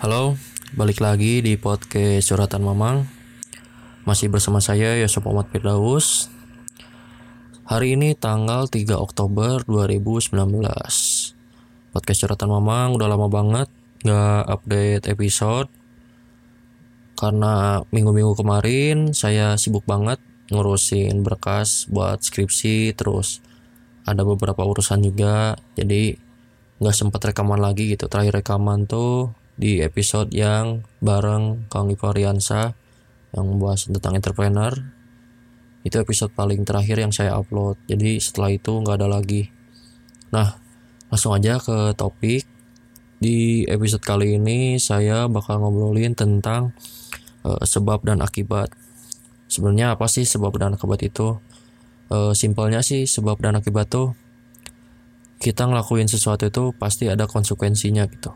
Halo, balik lagi di podcast Curhatan Mamang. Masih bersama saya Yosep Ahmad Firdaus. Hari ini tanggal 3 Oktober 2019. Podcast Curhatan Mamang udah lama banget gak update episode, karena minggu-minggu kemarin saya sibuk banget ngurusin berkas buat skripsi, terus ada beberapa urusan juga, jadi gak sempat rekaman lagi gitu. Terakhir rekaman tuh di episode yang bareng Kang Ivariansa yang membahas tentang entrepreneur. Itu episode paling terakhir yang saya upload, jadi setelah itu nggak ada lagi. Nah, langsung aja ke topik. Di episode kali ini saya bakal ngobrolin tentang sebab dan akibat. Sebenarnya apa sih sebab dan akibat itu? Simpelnya sih, sebab dan akibat tuh kita ngelakuin sesuatu itu pasti ada konsekuensinya gitu,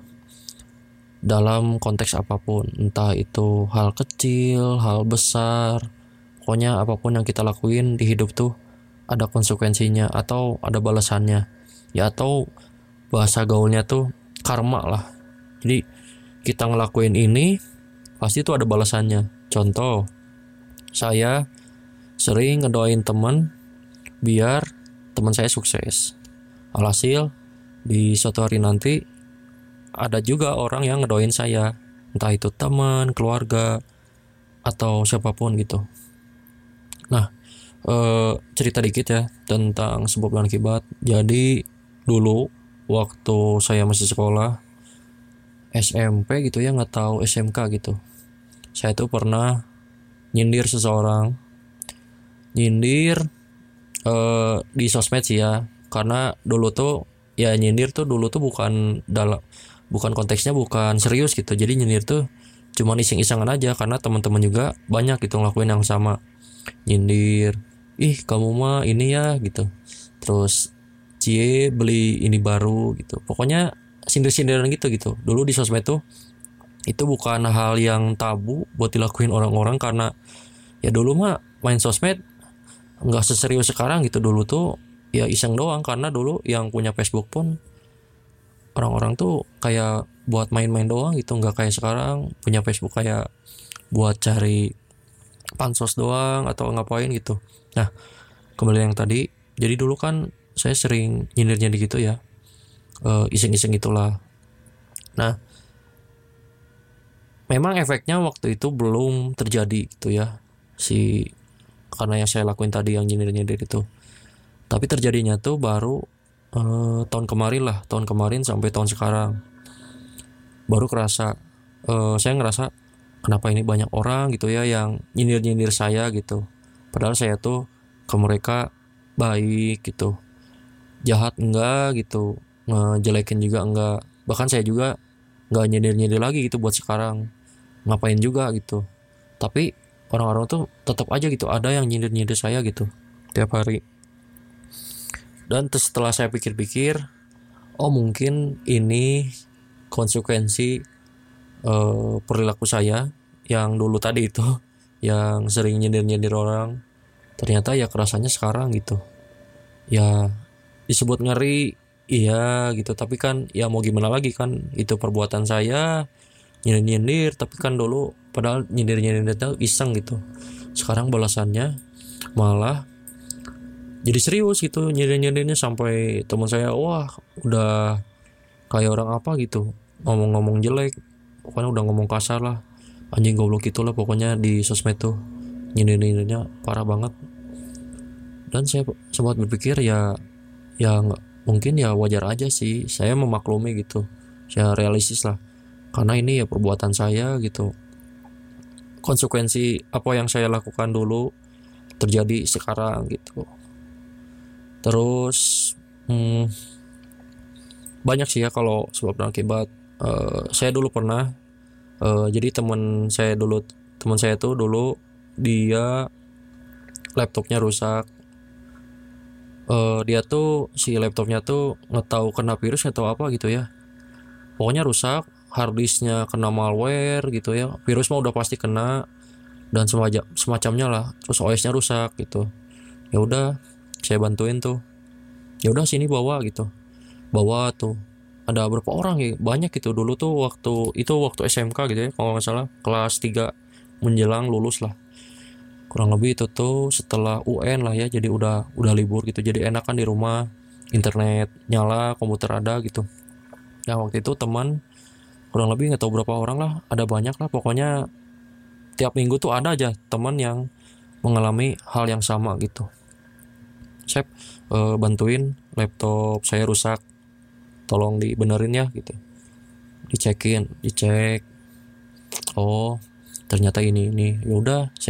dalam konteks apapun, entah itu hal kecil, hal besar, pokoknya apapun yang kita lakuin di hidup tuh ada konsekuensinya atau ada balasannya ya, atau bahasa gaulnya tuh karma lah. Jadi kita ngelakuin ini pasti tuh ada balasannya. Contoh, saya sering ngedoain teman biar teman saya sukses. Alhasil di suatu hari nanti ada juga orang yang ngedoain saya, entah itu teman, keluarga, atau siapapun gitu. Nah, cerita dikit ya tentang sebab dan akibat. Jadi dulu waktu saya masih sekolah SMP gitu ya, nggak tahu SMK gitu, saya tuh pernah nyindir seseorang, nyindir di sosmed sih ya, karena dulu tuh ya nyindir tuh dulu tuh bukan konteksnya, bukan serius gitu. Jadi nyindir tuh cuma iseng-isengan aja, karena teman-teman juga banyak gitu ngelakuin yang sama, nyindir, ih kamu mah ini ya gitu, terus cie beli ini baru gitu. Pokoknya sindir-sindiran gitu dulu di sosmed tuh. Itu bukan hal yang tabu buat dilakuin orang-orang, karena ya dulu mah main sosmed nggak seserius sekarang gitu. Dulu tuh ya iseng doang, karena dulu yang punya Facebook pun orang-orang tuh kayak buat main-main doang gitu, nggak kayak sekarang punya Facebook kayak buat cari pansos doang atau ngapain gitu. Nah, kembali yang tadi, jadi dulu kan saya sering nyindir-nyindir gitu ya, iseng-iseng itulah. Nah, memang efeknya waktu itu belum terjadi gitu ya, karena yang saya lakuin tadi yang nyindir-nyindir itu. Tapi terjadinya tuh baru tahun kemarin sampai tahun sekarang baru kerasa. Saya ngerasa kenapa ini banyak orang gitu ya yang nyindir-nyindir saya gitu, padahal saya tuh ke mereka baik gitu, jahat enggak gitu, ngejelekin juga enggak, bahkan saya juga nggak nyindir-nyindir lagi gitu buat sekarang, ngapain juga gitu. Tapi orang-orang tuh tetap aja gitu ada yang nyindir-nyindir saya gitu tiap hari. Dan setelah saya pikir-pikir, oh mungkin ini konsekuensi perilaku saya yang dulu tadi itu, yang sering nyindir-nyindir orang. Ternyata ya kerasanya sekarang gitu. Ya disebut ngeri, iya gitu. Tapi kan ya mau gimana lagi, kan itu perbuatan saya nyindir-nyindir. Tapi kan dulu padahal nyindir-nyindir itu iseng gitu. Sekarang balasannya malah jadi serius gitu, nyindir-nyindirnya sampai teman saya wah udah kayak orang apa gitu, ngomong-ngomong jelek, pokoknya udah ngomong kasar lah, anjing goblok gitulah pokoknya di sosmed tuh, nyindir-nyindirnya parah banget. Dan saya sempat berpikir ya nggak mungkin, ya wajar aja sih, saya memaklumi gitu, saya realistis lah, karena ini ya perbuatan saya gitu, konsekuensi apa yang saya lakukan dulu terjadi sekarang gitu. Terus banyak sih ya kalau sebab dan akibat. Saya dulu pernah, jadi teman saya tuh dulu dia laptopnya rusak. Dia tuh si laptopnya tuh nggak tahu kena virus atau apa gitu ya, pokoknya rusak, harddisknya kena malware gitu ya, virus mah udah pasti kena dan semacamnya lah. Terus OS-nya rusak gitu. Ya udah saya bantuin tuh, ya udah sini bawa gitu, bawa tuh ada berapa orang ya, banyak gitu dulu tuh, waktu SMK gitu ya kalau nggak salah, kelas 3 menjelang lulus lah, kurang lebih itu tuh setelah UN lah ya, jadi udah libur gitu, jadi enak kan di rumah, internet nyala, komputer ada gitu. Nah waktu itu teman, kurang lebih nggak tahu berapa orang lah, ada banyak lah pokoknya, tiap minggu tuh ada aja teman yang mengalami hal yang sama gitu. Saya bantuin laptop saya rusak, tolong dibenerin ya gitu, dicek, oh ternyata ini ya udah saya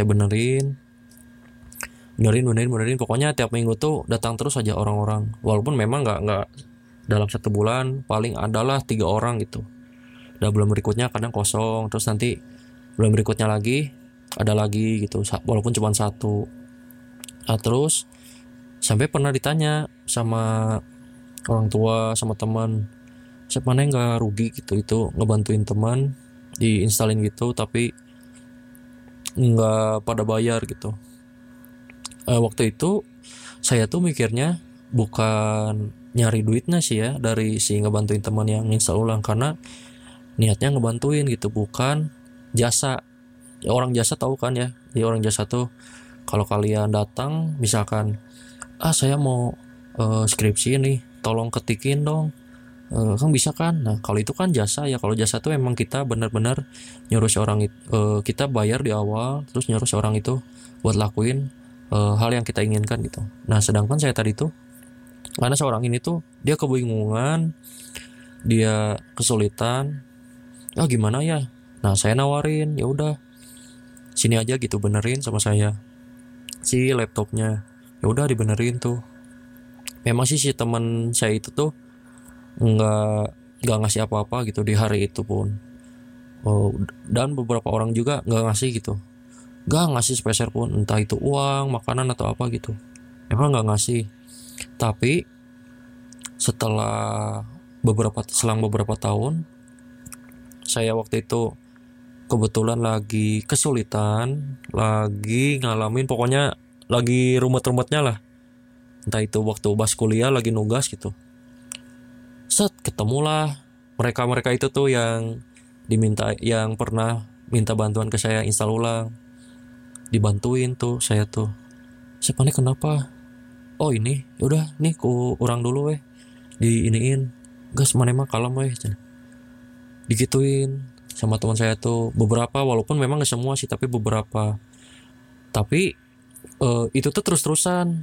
benerin, pokoknya tiap minggu tuh datang terus aja orang-orang, walaupun memang nggak dalam 1 bulan paling adalah 3 orang gitu. Udah bulan berikutnya kadang kosong, terus nanti bulan berikutnya lagi ada lagi gitu, walaupun cuma satu. Nah terus sampai pernah ditanya sama orang tua, sama teman, siapa nih nggak rugi gitu itu ngebantuin teman diinstalin gitu, tapi nggak pada bayar gitu. Waktu itu saya tuh mikirnya bukan nyari duitnya sih ya dari si ngebantuin teman yang install ulang, karena niatnya ngebantuin gitu, bukan jasa. Ya, orang jasa tahu kan ya, di orang jasa tuh kalau kalian datang misalkan, saya mau skripsi nih, tolong ketikin dong, kan bisa kan. Nah kalau itu kan jasa ya, kalau jasa tuh emang kita benar-benar nyuruh seorang kita bayar di awal, terus nyuruh seorang itu buat lakuin hal yang kita inginkan gitu. Nah sedangkan saya tadi tuh, karena seorang ini tuh dia kebingungan, dia kesulitan, gimana ya. Nah saya nawarin, ya udah sini aja gitu, benerin sama saya si laptopnya. Ya udah dibenerin tuh. Memang sih si teman saya itu tuh nggak ngasih apa-apa gitu di hari itu pun. Dan beberapa orang juga nggak ngasih gitu, nggak ngasih sepeser pun, entah itu uang, makanan atau apa gitu, emang nggak ngasih. Tapi selang beberapa tahun, saya waktu itu kebetulan lagi kesulitan, lagi ngalamin, pokoknya lagi rumet-rumetnya lah, entah itu waktu pas kuliah lagi nugas gitu, ketemulah mereka itu tuh yang pernah minta bantuan ke saya install ulang, dibantuin tuh saya tuh. Siapa nih kenapa? Oh ini, yaudah nih ku urang dulu weh, di iniin, gas mana mah kalem weh, digituin sama teman saya tuh beberapa, walaupun memang gak semua sih, tapi beberapa. Tapi itu tuh terus-terusan,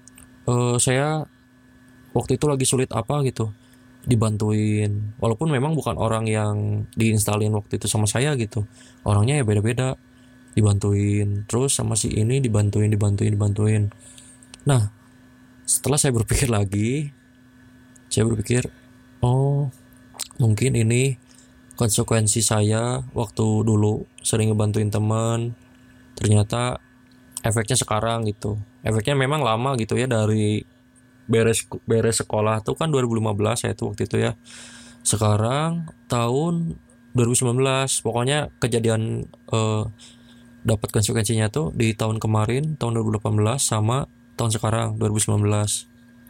saya waktu itu lagi sulit apa gitu, dibantuin, walaupun memang bukan orang yang diinstalin waktu itu sama saya gitu, orangnya ya beda-beda, dibantuin terus sama si ini, dibantuin. Nah setelah saya berpikir lagi, saya berpikir, oh mungkin ini konsekuensi saya waktu dulu sering ngebantuin teman, ternyata efeknya sekarang gitu. Efeknya memang lama gitu ya, dari beres sekolah tuh kan 2015 saya tuh waktu itu ya. Sekarang tahun 2019, pokoknya kejadian dapat konsekuensinya tuh di tahun kemarin, tahun 2018, sama tahun sekarang 2019.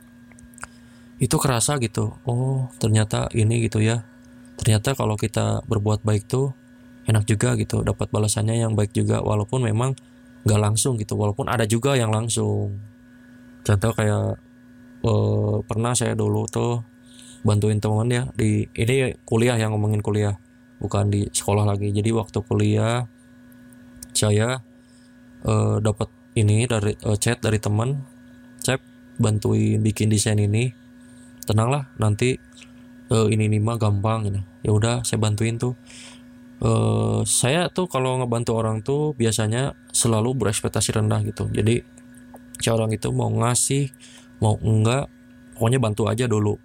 Itu kerasa gitu, oh ternyata ini gitu ya, ternyata kalau kita berbuat baik tuh enak juga gitu, dapat balasannya yang baik juga, walaupun memang nggak langsung gitu, walaupun ada juga yang langsung. Contoh kayak pernah saya dulu tuh bantuin teman ya, di ini kuliah, yang ngomongin kuliah, bukan di sekolah lagi. Jadi waktu kuliah saya dapat ini dari chat dari teman, saya bantuin bikin desain ini, tenanglah nanti ini mah gampang ini. Ya udah saya bantuin tuh. Saya tuh kalau ngebantu orang tuh biasanya selalu berekspektasi rendah gitu. Jadi si orang itu mau ngasih mau enggak, pokoknya bantu aja dulu.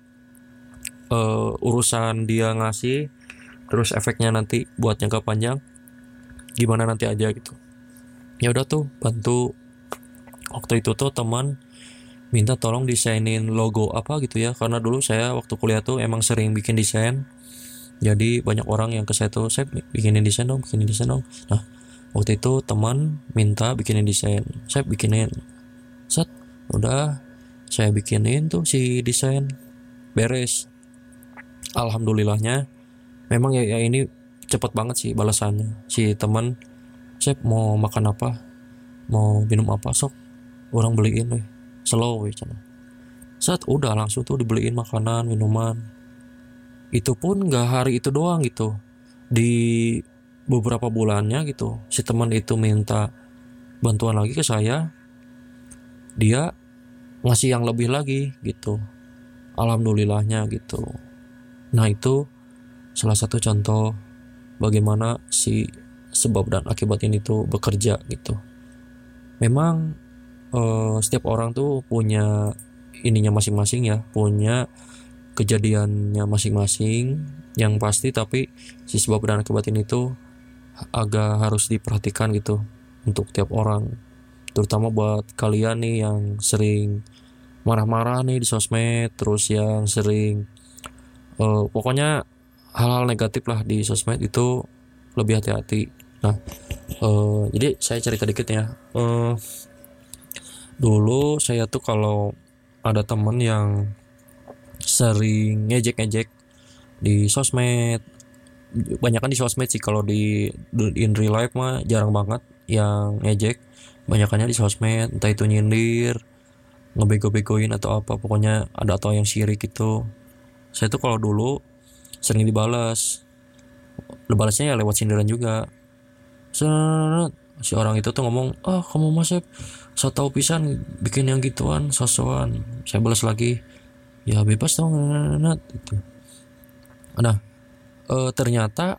Urusan dia ngasih terus efeknya nanti buat jangka panjang gimana nanti aja gitu. Ya udah tuh bantu. Waktu itu tuh teman minta tolong desainin logo apa gitu ya, karena dulu saya waktu kuliah tuh emang sering bikin desain, jadi banyak orang yang ke saya tuh, saya bikinin desain dong. Nah waktu itu teman minta bikinin desain, saya bikinin, udah saya bikinin tuh si desain, beres. Alhamdulillahnya memang ya ini cepet banget sih balasannya. Si teman, "Sep, mau makan apa, mau minum apa, sok orang beliin deh, slow we cenah." Saat udah langsung tuh dibeliin makanan minuman. Itu pun nggak hari itu doang gitu, di beberapa bulannya gitu si teman itu minta bantuan lagi ke saya, dia ngasih yang lebih lagi gitu, alhamdulillahnya gitu. Nah itu salah satu contoh bagaimana si sebab dan akibat ini tuh bekerja gitu. Memang setiap orang tuh punya ininya masing-masing ya, punya kejadiannya masing-masing yang pasti, tapi si sebab dan akibat ini tuh agak harus diperhatikan gitu untuk tiap orang, terutama buat kalian nih yang sering marah-marah nih di sosmed, terus yang sering pokoknya hal-hal negatif lah di sosmed itu lebih hati-hati. Nah, jadi saya cerita dikit ya. Dulu saya tuh kalau ada temen yang sering ngejek-ngejek di sosmed, banyak kan di sosmed sih, kalau di in real life mah jarang banget yang ngejek, banyakannya di sosmed, entah itu nyindir, ngebego-begoin atau apa, pokoknya ada atau yang syirik gitu. Saya tuh kalau dulu sering dibalasnya ya lewat sindiran juga. Si orang itu tuh ngomong, "Ah kamu masih so tau pisan bikin yang gituan sosokan." Saya balas lagi, "Ya bebas dong." Gitu. Nah, ternyata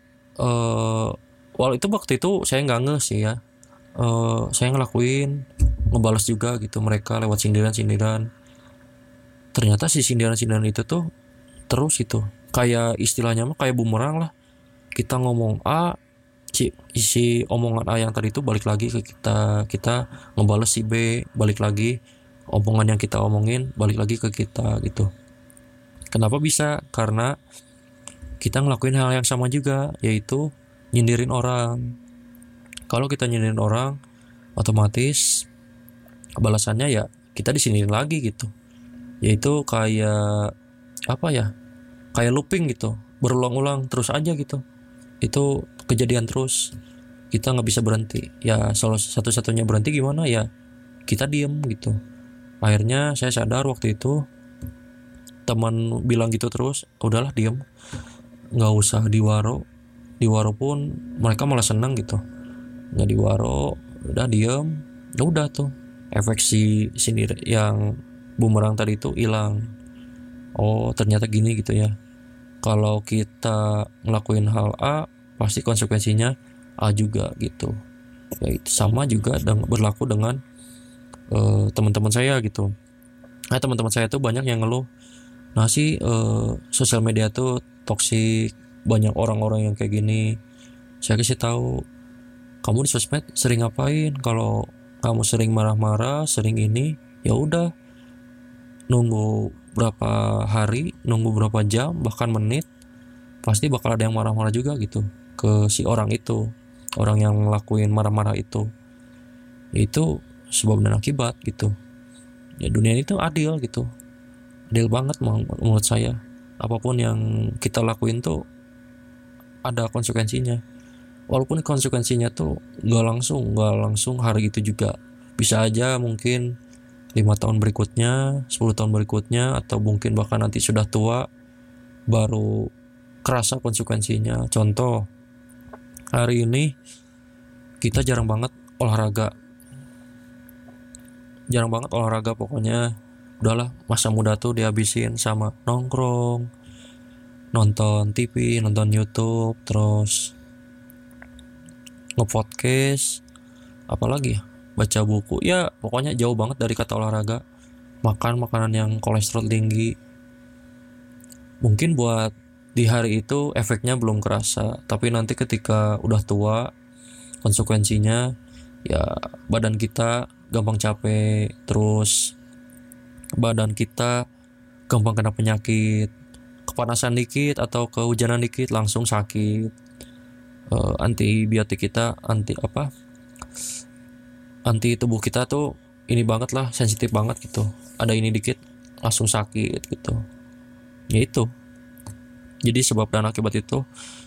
waktu itu saya nggak ngeh sih ya. Saya ngelakuin, ngebalas juga gitu mereka lewat sindiran-sindiran. Ternyata si sindiran-sindiran itu tuh terus itu kayak istilahnya mah kayak bumerang lah. Kita ngomong A, isi omongan A yang tadi itu balik lagi ke kita, kita ngebales si B, balik lagi omongan yang kita omongin balik lagi ke kita gitu. Kenapa bisa? Karena kita ngelakuin hal yang sama juga, yaitu nyindirin orang. Kalau kita nyindirin orang, otomatis balasannya ya kita disindirin lagi gitu. Yaitu kayak apa ya? Kayak looping gitu, berulang-ulang terus aja gitu. Itu kejadian terus, kita nggak bisa berhenti. Ya satu-satunya berhenti gimana ya, kita diem gitu. Akhirnya saya sadar waktu itu, teman bilang gitu terus, udahlah diem, nggak usah diwaro pun mereka malah senang gitu, nggak diwaro, udah diem, udah tuh efek si sendiri yang bumerang tadi itu hilang. Oh ternyata gini gitu ya, kalau kita ngelakuin hal A pasti konsekuensinya A juga gitu. Ya itu sama juga berlaku dengan teman-teman saya gitu. Nah teman-teman saya tuh banyak yang ngeluh, nah sih sosial media tuh toksik, banyak orang-orang yang kayak gini. Saya kasih tahu, kamu di sosmed sering ngapain? Kalau kamu sering marah-marah, sering ini, ya udah, nunggu berapa hari, nunggu berapa jam, bahkan menit, pasti bakal ada yang marah-marah juga gitu ke si orang itu, orang yang ngelakuin marah-marah itu. Itu sebab dan akibat gitu. Ya dunia itu adil gitu, adil banget menurut saya. Apapun yang kita lakuin tuh ada konsekuensinya. Walaupun konsekuensinya tuh nggak langsung hari itu juga, bisa aja mungkin 5 tahun berikutnya, 10 tahun berikutnya, atau mungkin bahkan nanti sudah tua baru kerasa konsekuensinya. Contoh, hari ini kita jarang banget olahraga, pokoknya udahlah, masa muda tuh dihabisin sama nongkrong, nonton TV, nonton YouTube, terus nge-podcast, apalagi ya, baca buku, ya pokoknya jauh banget dari kata olahraga. Makan makanan yang kolesterol tinggi. Mungkin buat di hari itu efeknya belum kerasa, tapi nanti ketika udah tua, konsekuensinya ya badan kita gampang capek, terus badan kita gampang kena penyakit, kepanasan dikit atau kehujanan dikit langsung sakit. Antibiotik kita, anti tubuh kita tuh ini banget lah, sensitif banget gitu, ada ini dikit langsung sakit gitu. Ya itu Jadi sebab dan akibat itu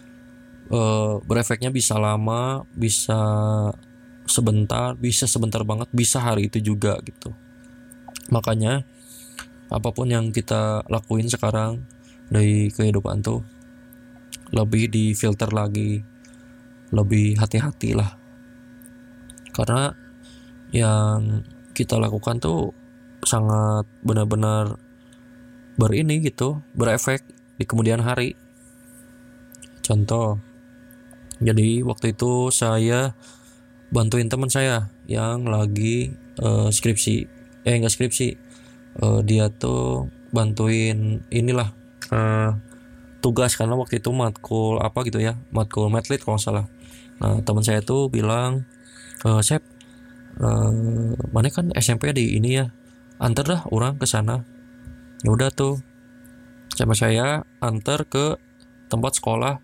berefeknya bisa lama, bisa sebentar, bisa sebentar banget, bisa hari itu juga gitu. Makanya apapun yang kita lakuin sekarang dari kehidupan tuh lebih difilter lagi, lebih hati-hati lah. Karena yang kita lakukan tuh sangat benar-benar berini gitu, berefek di kemudian hari. Contoh, jadi waktu itu saya bantuin teman saya yang lagi skripsi, enggak skripsi, dia tuh bantuin inilah tugas karena waktu itu matkul apa gitu ya, matkul medlit kalau nggak salah. Nah teman saya tuh bilang, Sep, mana kan SMP di ini ya, antar dah orang ke sana. Ya udah tuh, sama saya antar ke tempat sekolah,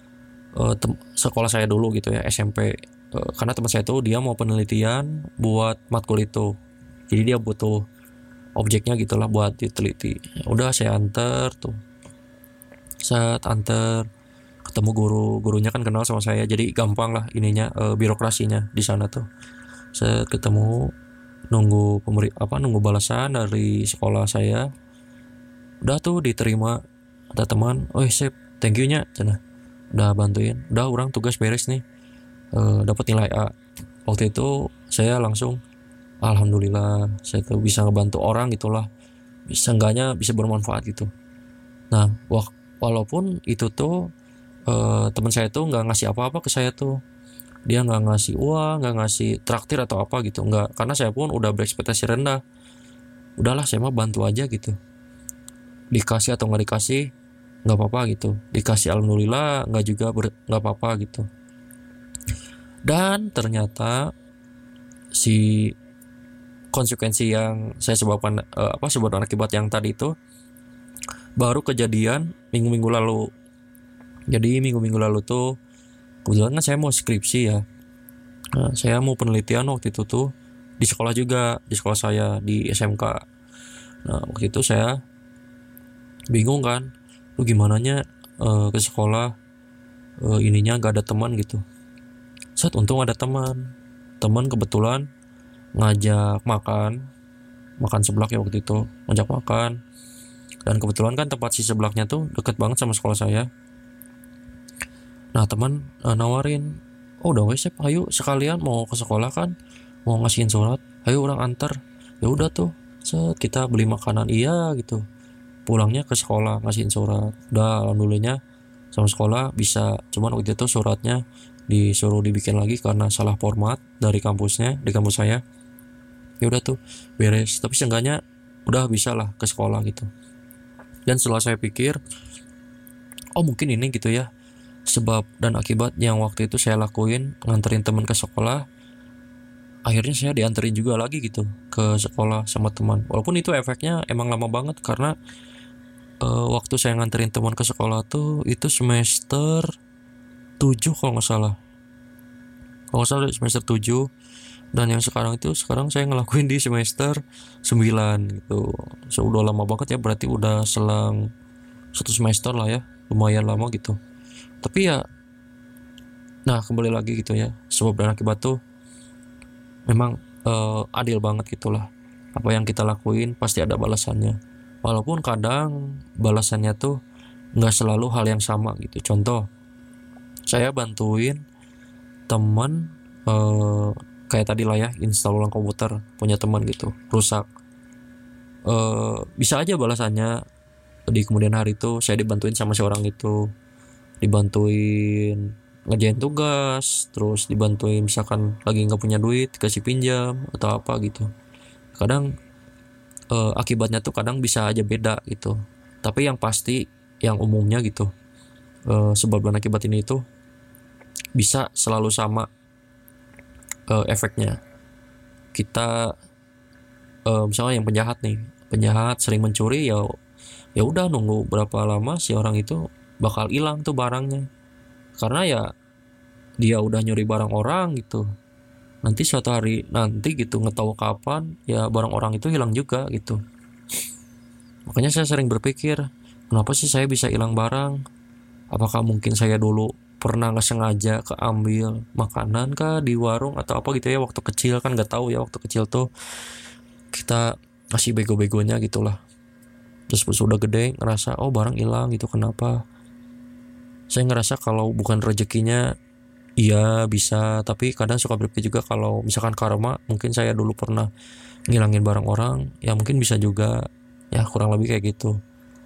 sekolah saya dulu gitu ya, SMP. Karena teman saya tuh dia mau penelitian buat matkul itu, jadi dia butuh objeknya gitulah buat diteliti. Ya udah saya antar tuh, saat antar ketemu gurunya kan kenal sama saya, jadi gampang lah ininya, birokrasinya di sana tuh. Saya ketemu, nunggu nunggu balasan dari sekolah saya. Udah tuh diterima, ada teman, oh sip, thank you nya cina, udah bantuin, udah orang tugas beres nih, dapat nilai A. Waktu itu saya langsung alhamdulillah saya tuh bisa ngebantu orang gitulah, bisa enggaknya bisa bermanfaat gitu. Nah walaupun itu tuh teman saya tuh nggak ngasih apa-apa ke saya tuh, dia nggak ngasih uang, nggak ngasih traktir atau apa gitu, nggak, karena saya pun udah berekspektasi rendah. Udahlah saya mah bantu aja gitu, dikasih atau nggak dikasih nggak apa-apa gitu, dikasih alhamdulillah, nggak juga nggak apa-apa gitu. Dan ternyata si konsekuensi yang saya sebabkan, sebab akibat yang tadi itu baru kejadian minggu-minggu lalu. Jadi minggu-minggu lalu tuh kebetulan kan saya mau skripsi ya. Nah, saya mau penelitian waktu itu tuh di sekolah juga, di sekolah saya di SMK. Nah waktu itu saya bingung kan, lu gimana nya ke sekolah, ininya gak ada teman gitu. Saat untung ada teman kebetulan ngajak makan seblak ya waktu itu, ngajak makan. Dan kebetulan kan tempat si seblaknya tuh deket banget sama sekolah saya. Nah teman nawarin, oh udah wes ayo sekalian mau ke sekolah kan, mau ngasihin surat, ayo orang antar. Ya udah tuh, kita beli makanan iya gitu, pulangnya ke sekolah ngasihin surat. Udah alhamdulillahnya sama sekolah bisa, cuman waktu itu suratnya disuruh dibikin lagi karena salah format dari kampusnya, di kampus saya. Ya udah tuh beres, tapi seenggaknya udah bisa lah ke sekolah gitu. Dan setelah saya pikir, oh mungkin ini gitu ya sebab dan akibat yang waktu itu saya lakuin, nganterin teman ke sekolah. Akhirnya saya dianterin juga lagi gitu ke sekolah sama teman, walaupun itu efeknya emang lama banget karena waktu saya nganterin teman ke sekolah tuh itu semester 7 kalau nggak salah semester 7. Dan yang sekarang saya ngelakuin di semester 9 gitu. So, udah lama banget ya, berarti udah selang 1 semester lah ya, lumayan lama gitu. Tapi ya, nah kembali lagi gitu ya, sebab dan akibat tuh memang adil banget gitulah. Apa yang kita lakuin pasti ada balasannya, walaupun kadang balasannya tuh nggak selalu hal yang sama gitu. Contoh, saya bantuin teman, kayak tadi lah ya, install ulang komputer punya teman gitu, rusak. Bisa aja balasannya di kemudian hari itu saya dibantuin sama si orang itu, dibantuin ngerjain tugas, terus dibantuin misalkan lagi nggak punya duit kasih pinjam atau apa gitu. Kadang akibatnya tuh kadang bisa aja beda gitu, tapi yang pasti yang umumnya gitu, sebab dan akibat ini tuh bisa selalu sama efeknya. Kita misalnya yang penjahat sering mencuri, ya udah nunggu berapa lama si orang itu bakal hilang tuh barangnya, karena ya dia udah nyuri barang orang gitu. Nanti suatu hari nanti gitu, nggak tahu kapan ya barang orang itu hilang juga gitu. Makanya saya sering berpikir, kenapa sih saya bisa hilang barang? Apakah mungkin saya dulu pernah nggak sengaja keambil makanan kah di warung atau apa gitu ya, waktu kecil kan nggak tahu ya, waktu kecil tuh kita masih bego-begonya gitulah. Terus pas udah gede ngerasa oh barang hilang gitu, kenapa? Saya ngerasa kalau bukan rezekinya, iya bisa, tapi kadang suka berpikir juga kalau misalkan karma, mungkin saya dulu pernah ngilangin barang orang, ya mungkin bisa juga, ya kurang lebih kayak gitu.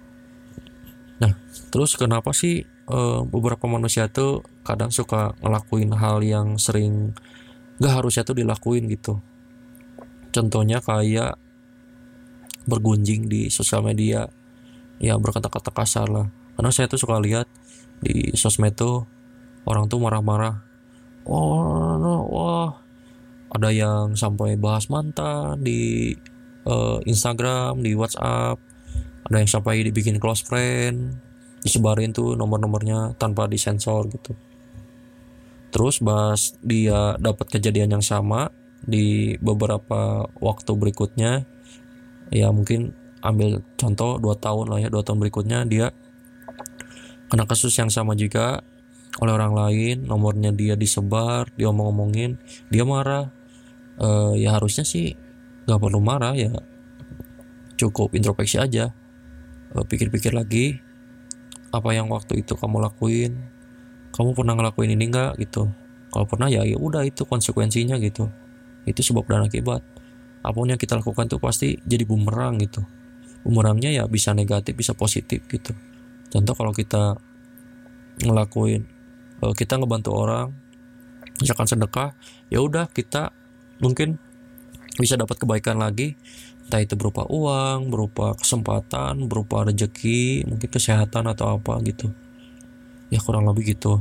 Nah, terus kenapa sih beberapa manusia tuh kadang suka ngelakuin hal yang sering gak harusnya tuh dilakuin gitu. Contohnya kayak bergunjing di sosial media, ya berkata-kata kasar lah. Karena saya tuh suka lihat di sosmed tuh orang tuh marah-marah. Oh, no, wah, ada yang sampai bahas mantan di Instagram, di WhatsApp, ada yang sampai dibikin close friend, disebarin tuh nomor-nomornya tanpa disensor gitu. Terus bahas dia dapat kejadian yang sama di beberapa waktu berikutnya, ya mungkin ambil contoh 2 tahun lah ya, 2 tahun berikutnya dia kena kasus yang sama juga oleh orang lain, nomornya dia disebar, dia omong-omongin, dia marah. Ya harusnya sih gak perlu marah ya, cukup introspeksi aja. Pikir-pikir lagi, apa yang waktu itu kamu lakuin, kamu pernah ngelakuin ini nggak gitu. Kalau pernah ya ya udah, itu konsekuensinya gitu, itu sebab dan akibat. Apapun yang kita lakukan tuh pasti jadi bumerang gitu. Bumerangnya ya bisa negatif bisa positif gitu. Contoh kalau kita ngelakuin, kita ngebantu orang, misalkan sedekah, ya udah kita mungkin bisa dapat kebaikan lagi, entah itu berupa uang, berupa kesempatan, berupa rezeki, mungkin kesehatan atau apa gitu. Ya kurang lebih gitu.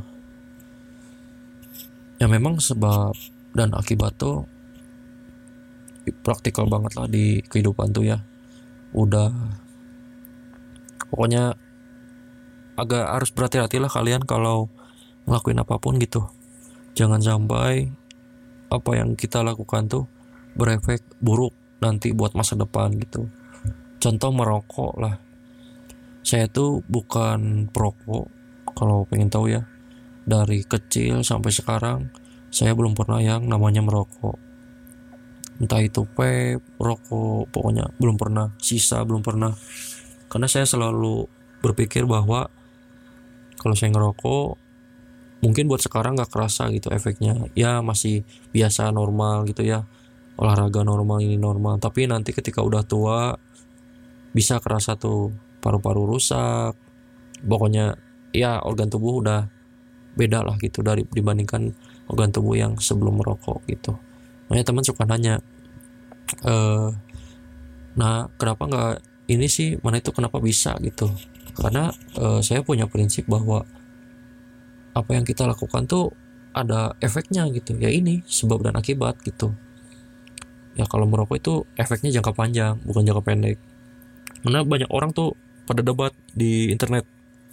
Ya memang sebab dan akibat tuh praktikal banget lah di kehidupan tuh ya. Udah, pokoknya agak harus berhati-hati lah kalian kalau ngelakuin apapun gitu. Jangan sampai apa yang kita lakukan tuh berefek buruk nanti buat masa depan gitu. Contoh merokok lah. Saya tuh bukan perokok, kalau pengen tahu ya. Dari kecil sampai sekarang saya belum pernah yang namanya merokok. Entah itu vape, rokok, pokoknya belum pernah. Sisa belum pernah. Karena saya selalu berpikir bahwa kalau saya ngerokok, mungkin buat sekarang gak kerasa gitu efeknya. Ya masih biasa normal gitu ya. Olahraga normal, ini normal. Tapi nanti ketika udah tua bisa kerasa tuh paru-paru rusak. Pokoknya ya organ tubuh udah beda lah gitu dari dibandingkan organ tubuh yang sebelum merokok gitu. Makanya teman suka nanya, nah kenapa nggak ini sih, mana itu kenapa bisa gitu. Karena saya punya prinsip bahwa apa yang kita lakukan tuh ada efeknya gitu. Ya ini sebab dan akibat gitu. Ya kalau merokok itu efeknya jangka panjang bukan jangka pendek. Karena banyak orang tuh pada debat di internet,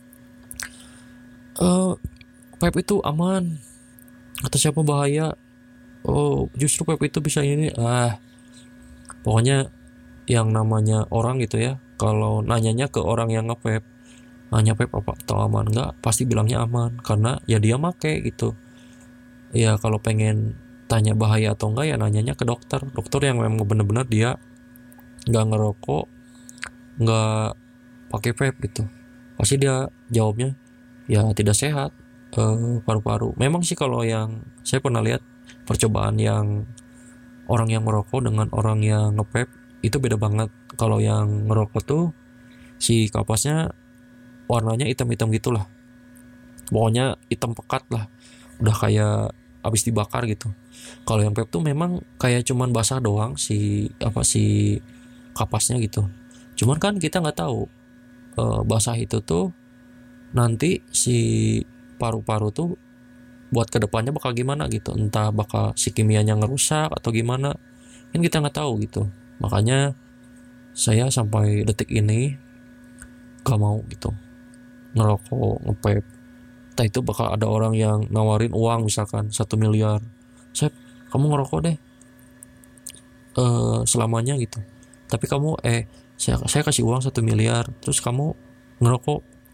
vape itu aman atau siapa bahaya, oh justru vape itu bisa ini, pokoknya yang namanya orang gitu ya, kalau nanyanya ke orang yang nge-vape, nanya vape apa atau aman enggak, pasti bilangnya aman karena ya dia make gitu. Ya kalau pengen tanya bahaya atau enggak ya nanyanya ke dokter yang memang benar-benar dia nggak ngerokok, nggak pakai vape gitu. Pasti dia jawabnya ya tidak sehat paru-paru. Memang sih kalau yang saya pernah lihat percobaan yang orang yang merokok dengan orang yang nge-vape itu beda banget. Kalau yang ngerokok tuh si kapasnya warnanya hitam-hitam gitulah. Pokoknya hitam pekat lah. Udah kayak habis dibakar gitu. Kalau yang vape tuh memang kayak cuman basah doang si kapasnya gitu. Cuman kan kita nggak tahu basah itu tuh nanti si paru-paru tuh buat kedepannya bakal gimana gitu, entah bakal si kimianya ngerusak atau gimana, kan kita nggak tahu gitu. Makanya saya sampai detik ini gak mau gitu ngerokok, nge-vape. Entah itu bakal ada orang yang nawarin uang misalkan 1 miliar, Sep kamu ngerokok deh selamanya gitu, tapi kamu saya kasih uang 1 miliar terus kamu ngerokok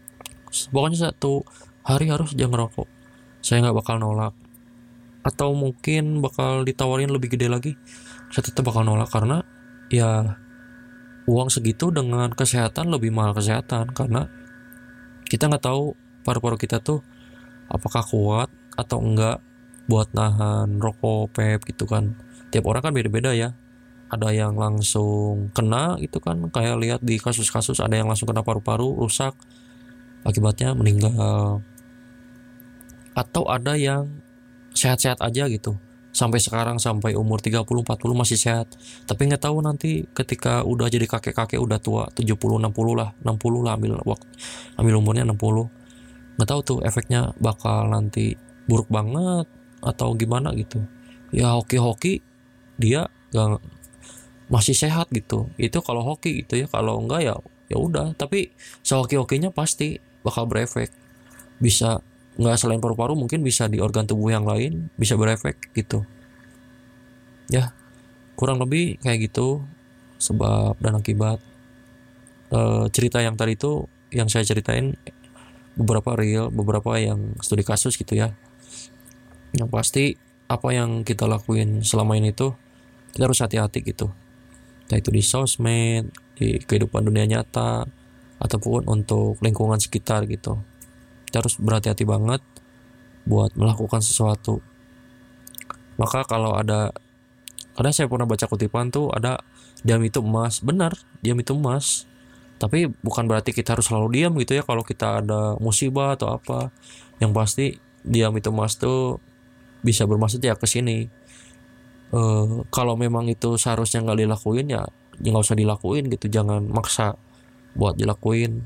pokoknya 1 hari harus jangan ngerokok, saya nggak bakal nolak. Atau mungkin bakal ditawarin lebih gede lagi, saya tetap bakal nolak karena ya uang segitu dengan kesehatan lebih mahal kesehatan, karena kita nggak tahu paru-paru kita tuh apakah kuat atau enggak buat nahan rokok vape gitu kan. Tiap orang kan beda-beda ya, ada yang langsung kena gitu kan, kayak lihat di kasus-kasus ada yang langsung kena paru-paru rusak akibatnya meninggal, atau ada yang sehat-sehat aja gitu sampai sekarang, sampai umur 30-40 masih sehat, tapi nggak tahu nanti ketika udah jadi kakek-kakek udah tua 70 60 lah, 60 lah, ambil waktu, ambil umurnya 60, nggak tahu tuh efeknya bakal nanti buruk banget atau gimana gitu. Ya hoki-hoki dia gak, masih sehat gitu, itu kalau hoki gitu ya. Kalau enggak ya ya udah, tapi sehoki-hokinya pasti bakal berefek, bisa nggak selain paru-paru, mungkin bisa di organ tubuh yang lain bisa berefek gitu ya. Kurang lebih kayak gitu sebab dan akibat. Cerita yang tadi itu yang saya ceritain beberapa real, beberapa yang studi kasus gitu ya. Yang pasti apa yang kita lakuin selama ini tuh kita harus hati-hati gitu, entah itu di sosmed, di kehidupan dunia nyata, ataupun untuk lingkungan sekitar gitu. Kita harus berhati-hati banget buat melakukan sesuatu. Maka kalau kadang saya pernah baca kutipan tuh, ada diam itu emas. Benar, diam itu emas. Tapi bukan berarti kita harus selalu diam gitu ya kalau kita ada musibah atau apa. Yang pasti diam itu emas tuh bisa bermaksud ya ke sini. Kalau memang itu seharusnya nggak dilakuin ya nggak usah dilakuin gitu, jangan maksa buat dilakuin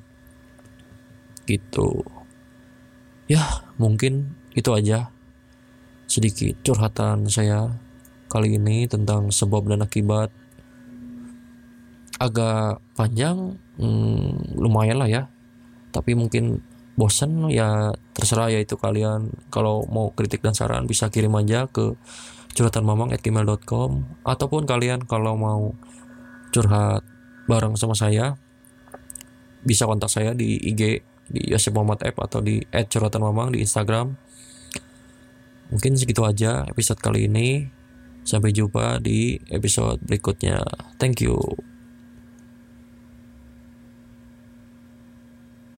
gitu. Ya mungkin itu aja sedikit curhatan saya kali ini tentang sebab dan akibat. Agak panjang, lumayan lah ya, tapi mungkin bosen ya, terserah ya itu kalian. Kalau mau kritik dan saran bisa kirim aja ke curhatanmamang@gmail.com, ataupun kalian kalau mau curhat bareng sama saya bisa kontak saya di IG di Yosep Muhammad F atau di @curhatanmamang di Instagram. Mungkin segitu aja episode kali ini, sampai jumpa di episode berikutnya. Thank you.